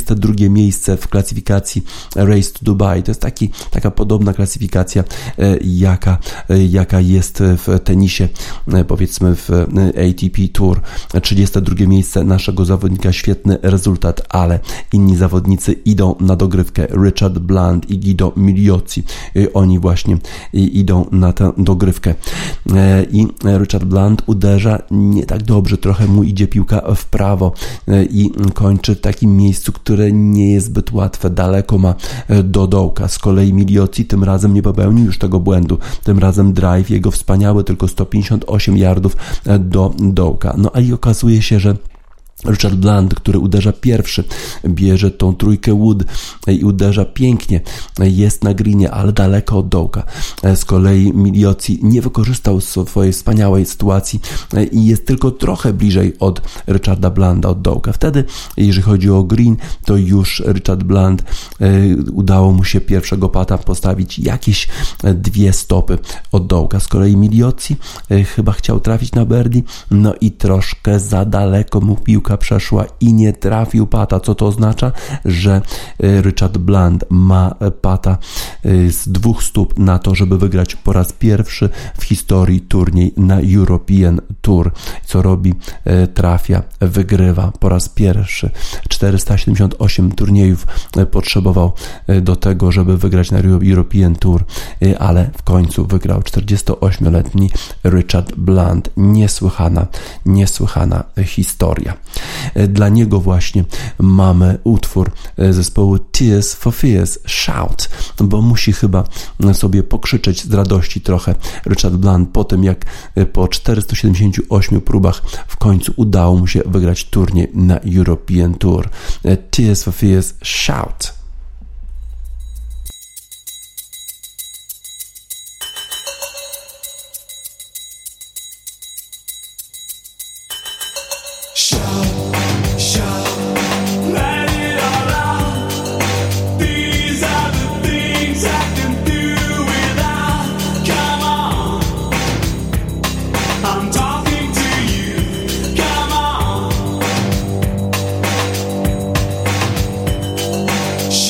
trzydzieste drugie miejsce w klasyfikacji Race to Dubai. To jest taki, taka podobna klasyfikacja, jaka, jaka jest w tenisie, powiedzmy w A T P Tour. trzydzieste drugie miejsce naszego zawodnika, świetny rezultat, ale inni zawodnicy idą na dogrywkę. Richard Bland i Guido Migliozzi, oni właśnie idą na tę dogrywkę. I Richard Bland uderza nie tak dobrze, trochę mu idzie piłka w prawo i kończy w takim miejscu, które nie jest zbyt łatwe, daleko ma do dołka. Z kolei Migliozzi tym razem nie popełnił już tego błędu. Tym razem drive jego wspaniały, tylko sto pięćdziesiąt osiem yardów do dołka. No a i okazuje się, że Richard Bland, który uderza pierwszy, bierze tą trójkę wood i uderza pięknie, jest na greenie, ale daleko od dołka. Z kolei Migliozzi nie wykorzystał swojej wspaniałej sytuacji i jest tylko trochę bliżej od Richarda Blanda, od dołka. Wtedy, jeżeli chodzi o green, to już Richard Bland udało mu się pierwszego pata postawić jakieś dwie stopy od dołka. Z kolei Migliozzi chyba chciał trafić na birdie, no i troszkę za daleko mu piłka przeszła i nie trafił pata. Co to oznacza? Że Richard Bland ma pata z dwóch stóp na to, żeby wygrać po raz pierwszy w historii turniej na European Tour. Co robi? Trafia, wygrywa po raz pierwszy. czterysta siedemdziesiąt osiem turniejów potrzebował do tego, żeby wygrać na European Tour, ale w końcu wygrał. czterdziestoośmioletni Richard Bland. Niesłychana, niesłychana historia. Dla niego właśnie mamy utwór zespołu Tears for Fears, Shout, bo musi chyba sobie pokrzyczeć z radości trochę Richard Bland po tym, jak po czterystu siedemdziesięciu ośmiu próbach w końcu udało mu się wygrać turniej na European Tour. Tears for Fears, Shout. Shout.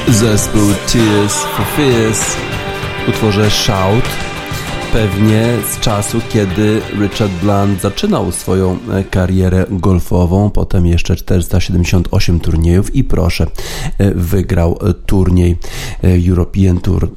Zespół Tears for Fears w utworze Shout, pewnie z czasu, kiedy Richard Bland zaczynał swoją karierę golfową, potem jeszcze czterysta siedemdziesiąt osiem turniejów i proszę, wygrał turniej European Tour.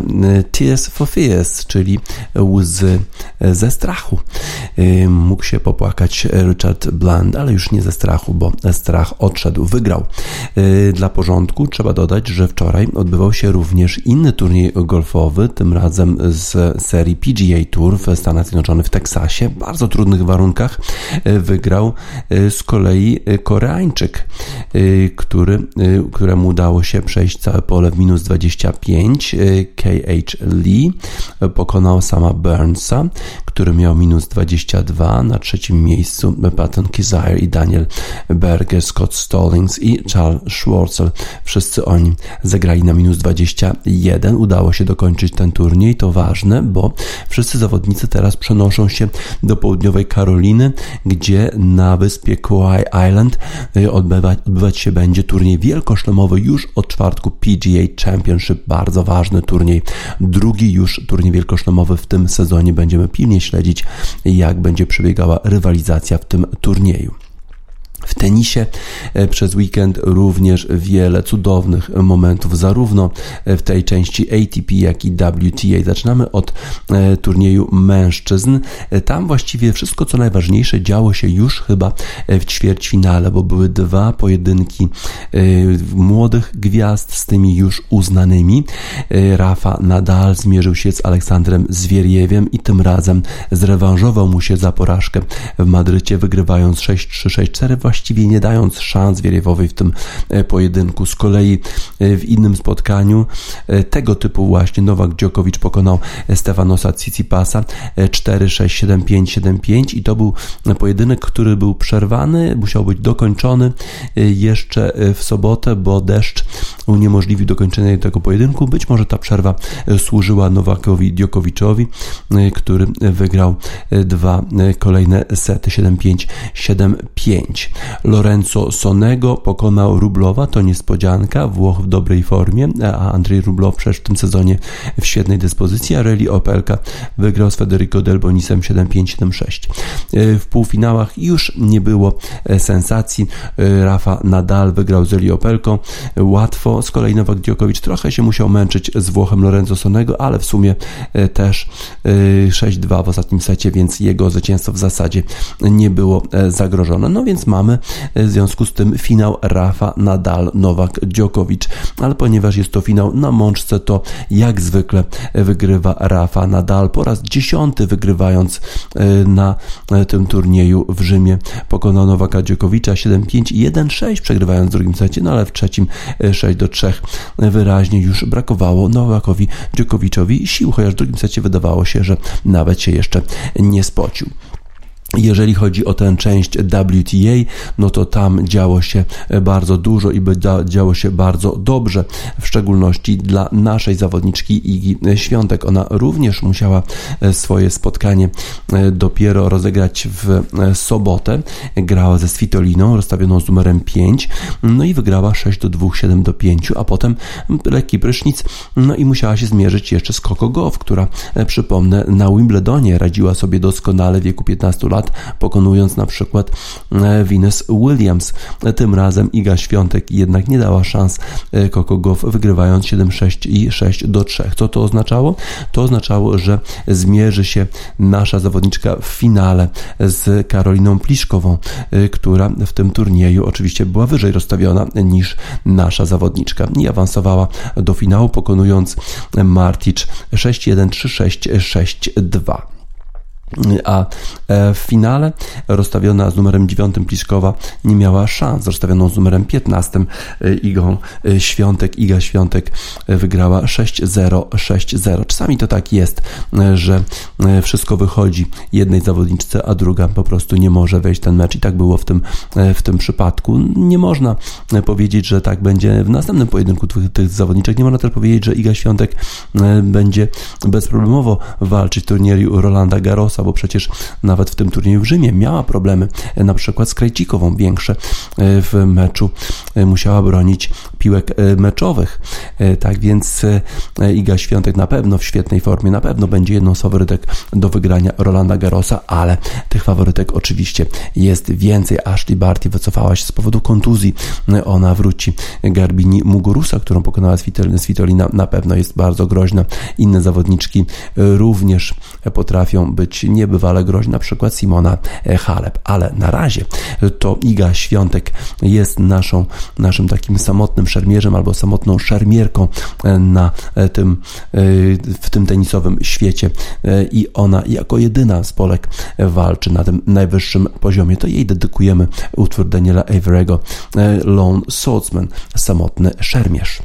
Tears for Fears, czyli łzy ze strachu. Mógł się popłakać Richard Bland, ale już nie ze strachu, bo strach odszedł, wygrał. Dla porządku trzeba dodać, że wczoraj odbywał się również inny turniej golfowy, tym razem z serii P G A Tour w Stanach Zjednoczonych, w Teksasie, w bardzo trudnych warunkach. Wygrał z kolei Koreańczyk, który, któremu udało się przejść całe pole w minus dwadzieścia pięć. K H Lee pokonał Sama Burnsa, który miał minus dwadzieścia dwa. Na trzecim miejscu Patton Kizzire i Daniel Berger, Scott Stallings i Charles Schwartzel. Wszyscy oni zagrali na minus dwadzieścia jeden. Udało się dokończyć ten turniej. To ważne, bo wszyscy zawodnicy teraz przenoszą się do południowej Karoliny, gdzie na wyspie Kauai Island odbywać, odbywać się będzie turniej wielkoszlemowy już od czwartku, P G A Championship, bardzo ważny turniej. Drugi już turniej wielkoszlemowy w tym sezonie. Będziemy pilnie śledzić, jak będzie przebiegała rywalizacja w tym turnieju. W tenisie przez weekend również wiele cudownych momentów, zarówno w tej części A T P, jak i W T A. Zaczynamy od turnieju mężczyzn. Tam właściwie wszystko, co najważniejsze, działo się już chyba w ćwierćfinale, bo były dwa pojedynki młodych gwiazd z tymi już uznanymi. Rafa Nadal zmierzył się z Aleksandrem Zwierjewiem i tym razem zrewanżował mu się za porażkę w Madrycie, wygrywając sześć trzy, sześć cztery, właściwie nie dając szans Zwierjewowi w tym pojedynku. Z kolei w innym spotkaniu tego typu właśnie Nowak Djokovic pokonał Stefanosa Tsitsipasa cztery sześć, siedem pięć, siedem pięć i to był pojedynek, który był przerwany, musiał być dokończony jeszcze w sobotę, bo deszcz uniemożliwił dokończenie tego pojedynku. Być może ta przerwa służyła Nowakowi Djokoviczowi, który wygrał dwa kolejne sety siedem pięć, siedem pięć. Lorenzo Sonego pokonał Rublowa, to niespodzianka, Włoch w dobrej formie, a Andrzej Rublow przecież w tym sezonie w świetnej dyspozycji, a Reilly Opelka wygrał z Federico Delbonisem siedem pięć, siedem sześć. W półfinałach już nie było sensacji. Rafa Nadal wygrał z Reilly Opelką łatwo, z kolei Nowak Djokovic trochę się musiał męczyć z Włochem Lorenzo Sonego, ale w sumie też sześć dwa w ostatnim secie, więc jego zwycięstwo w zasadzie nie było zagrożone. No więc mamy w związku z tym finał Rafa Nadal, Nowak Djokovic, ale ponieważ jest to finał na mączce, to jak zwykle wygrywa Rafa Nadal, po raz dziesiąty wygrywając na tym turnieju w Rzymie. Pokonał Nowaka Djokovicza siedem pięć i jeden sześć, przegrywając w drugim secie, no ale w trzecim sześć do trzech wyraźnie już brakowało Nowakowi Djokoviczowi sił, chociaż w drugim secie wydawało się, że nawet się jeszcze nie spocił. Jeżeli chodzi o tę część W T A, no to tam działo się bardzo dużo i działo się bardzo dobrze, w szczególności dla naszej zawodniczki Igi Świątek. Ona również musiała swoje spotkanie dopiero rozegrać w sobotę. Grała ze Svitoliną, rozstawioną z numerem pięć, no i wygrała sześć do dwóch, siedem do pięciu, a potem lekki prysznic, no i musiała się zmierzyć jeszcze z Coco Gauff, która, przypomnę, na Wimbledonie radziła sobie doskonale w wieku piętnastu lat, pokonując na przykład Venus Williams. Tym razem Iga Świątek jednak nie dała szans Coco Gauff, wygrywając siedem sześć i sześć do trzech. Co to oznaczało? To oznaczało, że zmierzy się nasza zawodniczka w finale z Karoliną Pliszkową, która w tym turnieju oczywiście była wyżej rozstawiona niż nasza zawodniczka i awansowała do finału, pokonując Martic sześć jeden, trzy sześć, sześć dwa. A w finale rozstawiona z numerem dziewiątym Pliszkowa nie miała szans. Rozstawioną z numerem piętnastym Igą Świątek, Iga Świątek wygrała sześć zero, sześć zero. Czasami to tak jest, że wszystko wychodzi jednej zawodniczce, a druga po prostu nie może wejść w ten mecz i tak było w tym, w tym przypadku. Nie można powiedzieć, że tak będzie w następnym pojedynku tych, tych zawodniczek. Nie można też powiedzieć, że Iga Świątek będzie bezproblemowo walczyć w turnieju Rolanda Garrosa, Garrosa, bo przecież nawet w tym turnieju w Rzymie miała problemy, na przykład z Krejcikową większe w meczu, musiała bronić piłek meczowych. Tak więc Iga Świątek na pewno w świetnej formie, na pewno będzie jedną z faworytek do wygrania Rolanda Garrosa, ale tych faworytek oczywiście jest więcej. Ashley Barty wycofała się z powodu kontuzji, ona wróci. Garbini Muguruza, którą pokonała Svitolina, na pewno jest bardzo groźna. Inne zawodniczki również potrafią być niebywale groźne, na przykład Simona Halep, ale na razie to Iga Świątek jest naszą, naszym takim samotnym szermierzem albo samotną szermierką na tym, w tym tenisowym świecie i ona jako jedyna z Polek walczy na tym najwyższym poziomie. To jej dedykujemy utwór Daniela Avery'ego Lone Swordsman, samotny szermierz.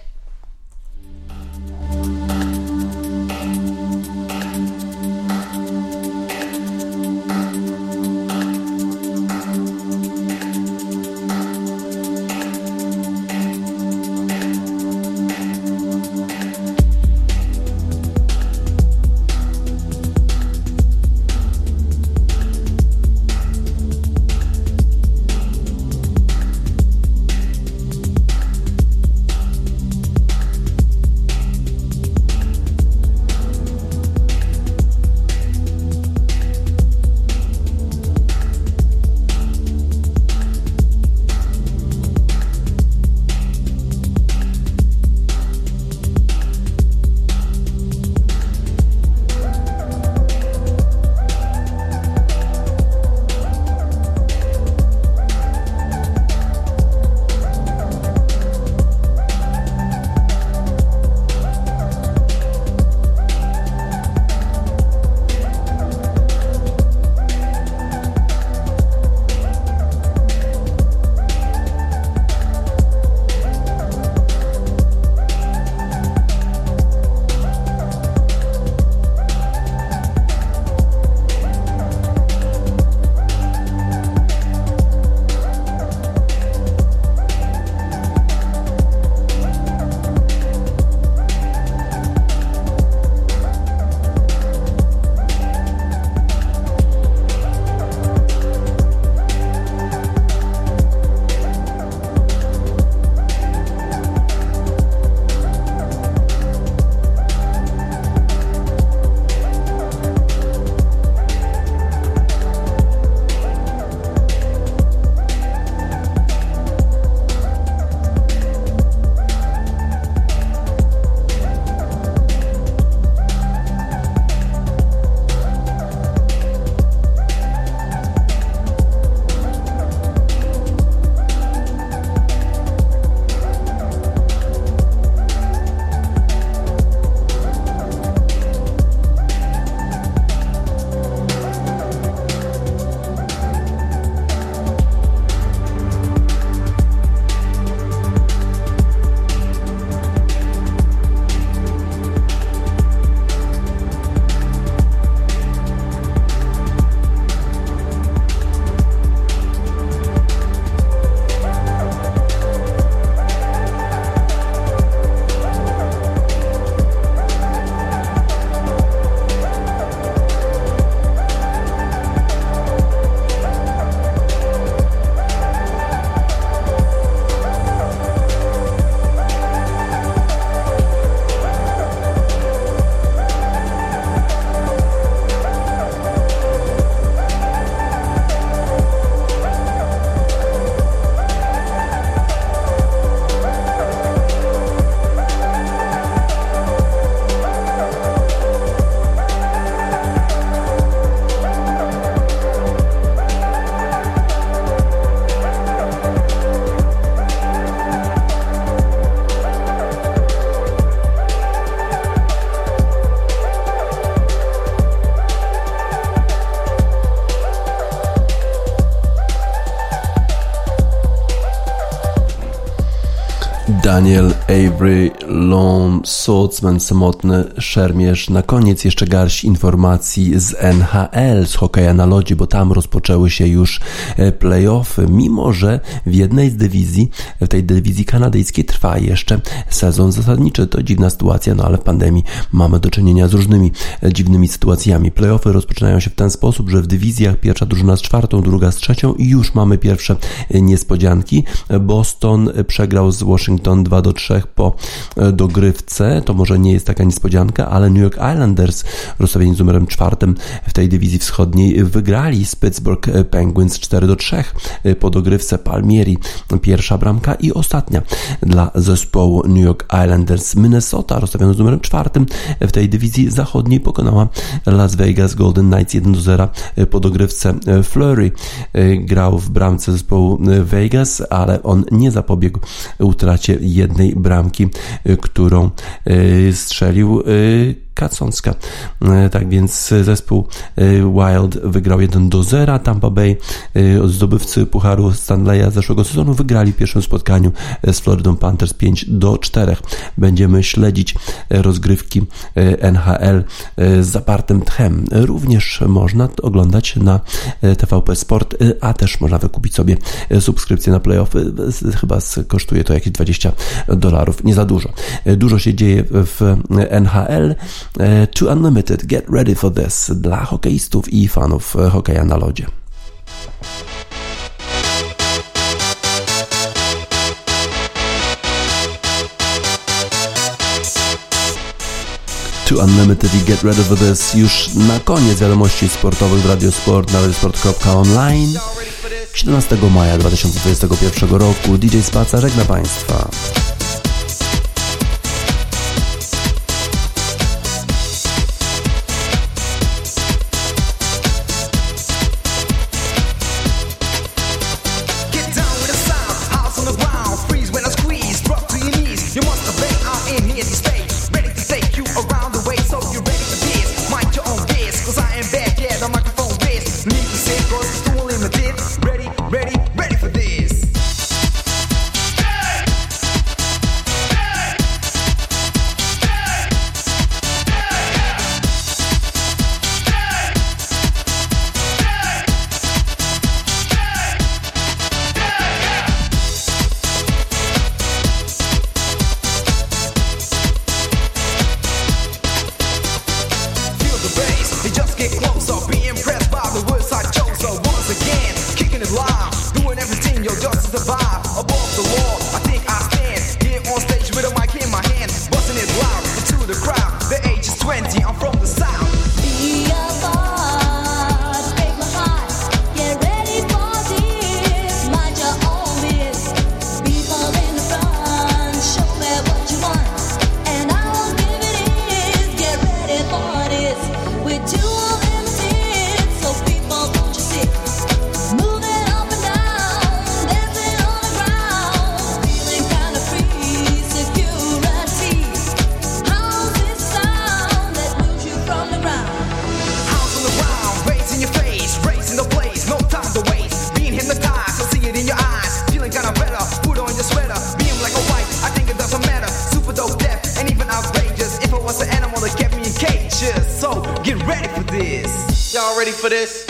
Daniel Avery, Lone Swordsman, samotny szermierz. Na koniec jeszcze garść informacji z N H L, z hokeja na lodzie, bo tam rozpoczęły się już playoffy, mimo że w jednej z dywizji, w tej dywizji kanadyjskiej trwa jeszcze sezon zasadniczy. To dziwna sytuacja, no ale w pandemii mamy do czynienia z różnymi dziwnymi sytuacjami. Playoffy rozpoczynają się w ten sposób, że w dywizjach pierwsza drużyna z czwartą, druga z trzecią i już mamy pierwsze niespodzianki. Boston przegrał z Washington dwa do trzech po dogrywce. To może nie jest taka niespodzianka, ale New York Islanders, rozstawieni z numerem czwartym w tej dywizji wschodniej, wygrali z Pittsburgh Penguins cztery do trzech po dogrywce. Palmieri pierwsza bramka i ostatnia dla zespołu New York Islanders. Minnesota, rozstawiona z numerem czwartym w tej dywizji zachodniej, pokonała Las Vegas Golden Knights jeden do zera po dogrywce. Fleury grał w bramce zespołu Vegas, ale on nie zapobiegł utracie jednej bramki, którą strzelił Kacącka. Tak więc zespół Wild wygrał jeden do zera. Tampa Bay, zdobywcy Pucharu Stanleya z zeszłego sezonu, wygrali w pierwszym spotkaniu z Florida Panthers pięć do czterech. Będziemy śledzić rozgrywki N H L z zapartym tchem. Również można oglądać na T V P Sport, a też można wykupić sobie subskrypcję na playoffy. Chyba kosztuje to jakieś dwadzieścia dolarów. Nie za dużo. Dużo się dzieje w N H L. To Unlimited, get ready for this, dla hokeistów i fanów hokeja na lodzie. To Unlimited i Get Ready for This już na koniec wiadomości sportowych w Radio Sport na radiosport kropka online. siedemnastego maja dwa tysiące dwudziestego pierwszego roku D J Spaca żegna Państwa. Ready for this?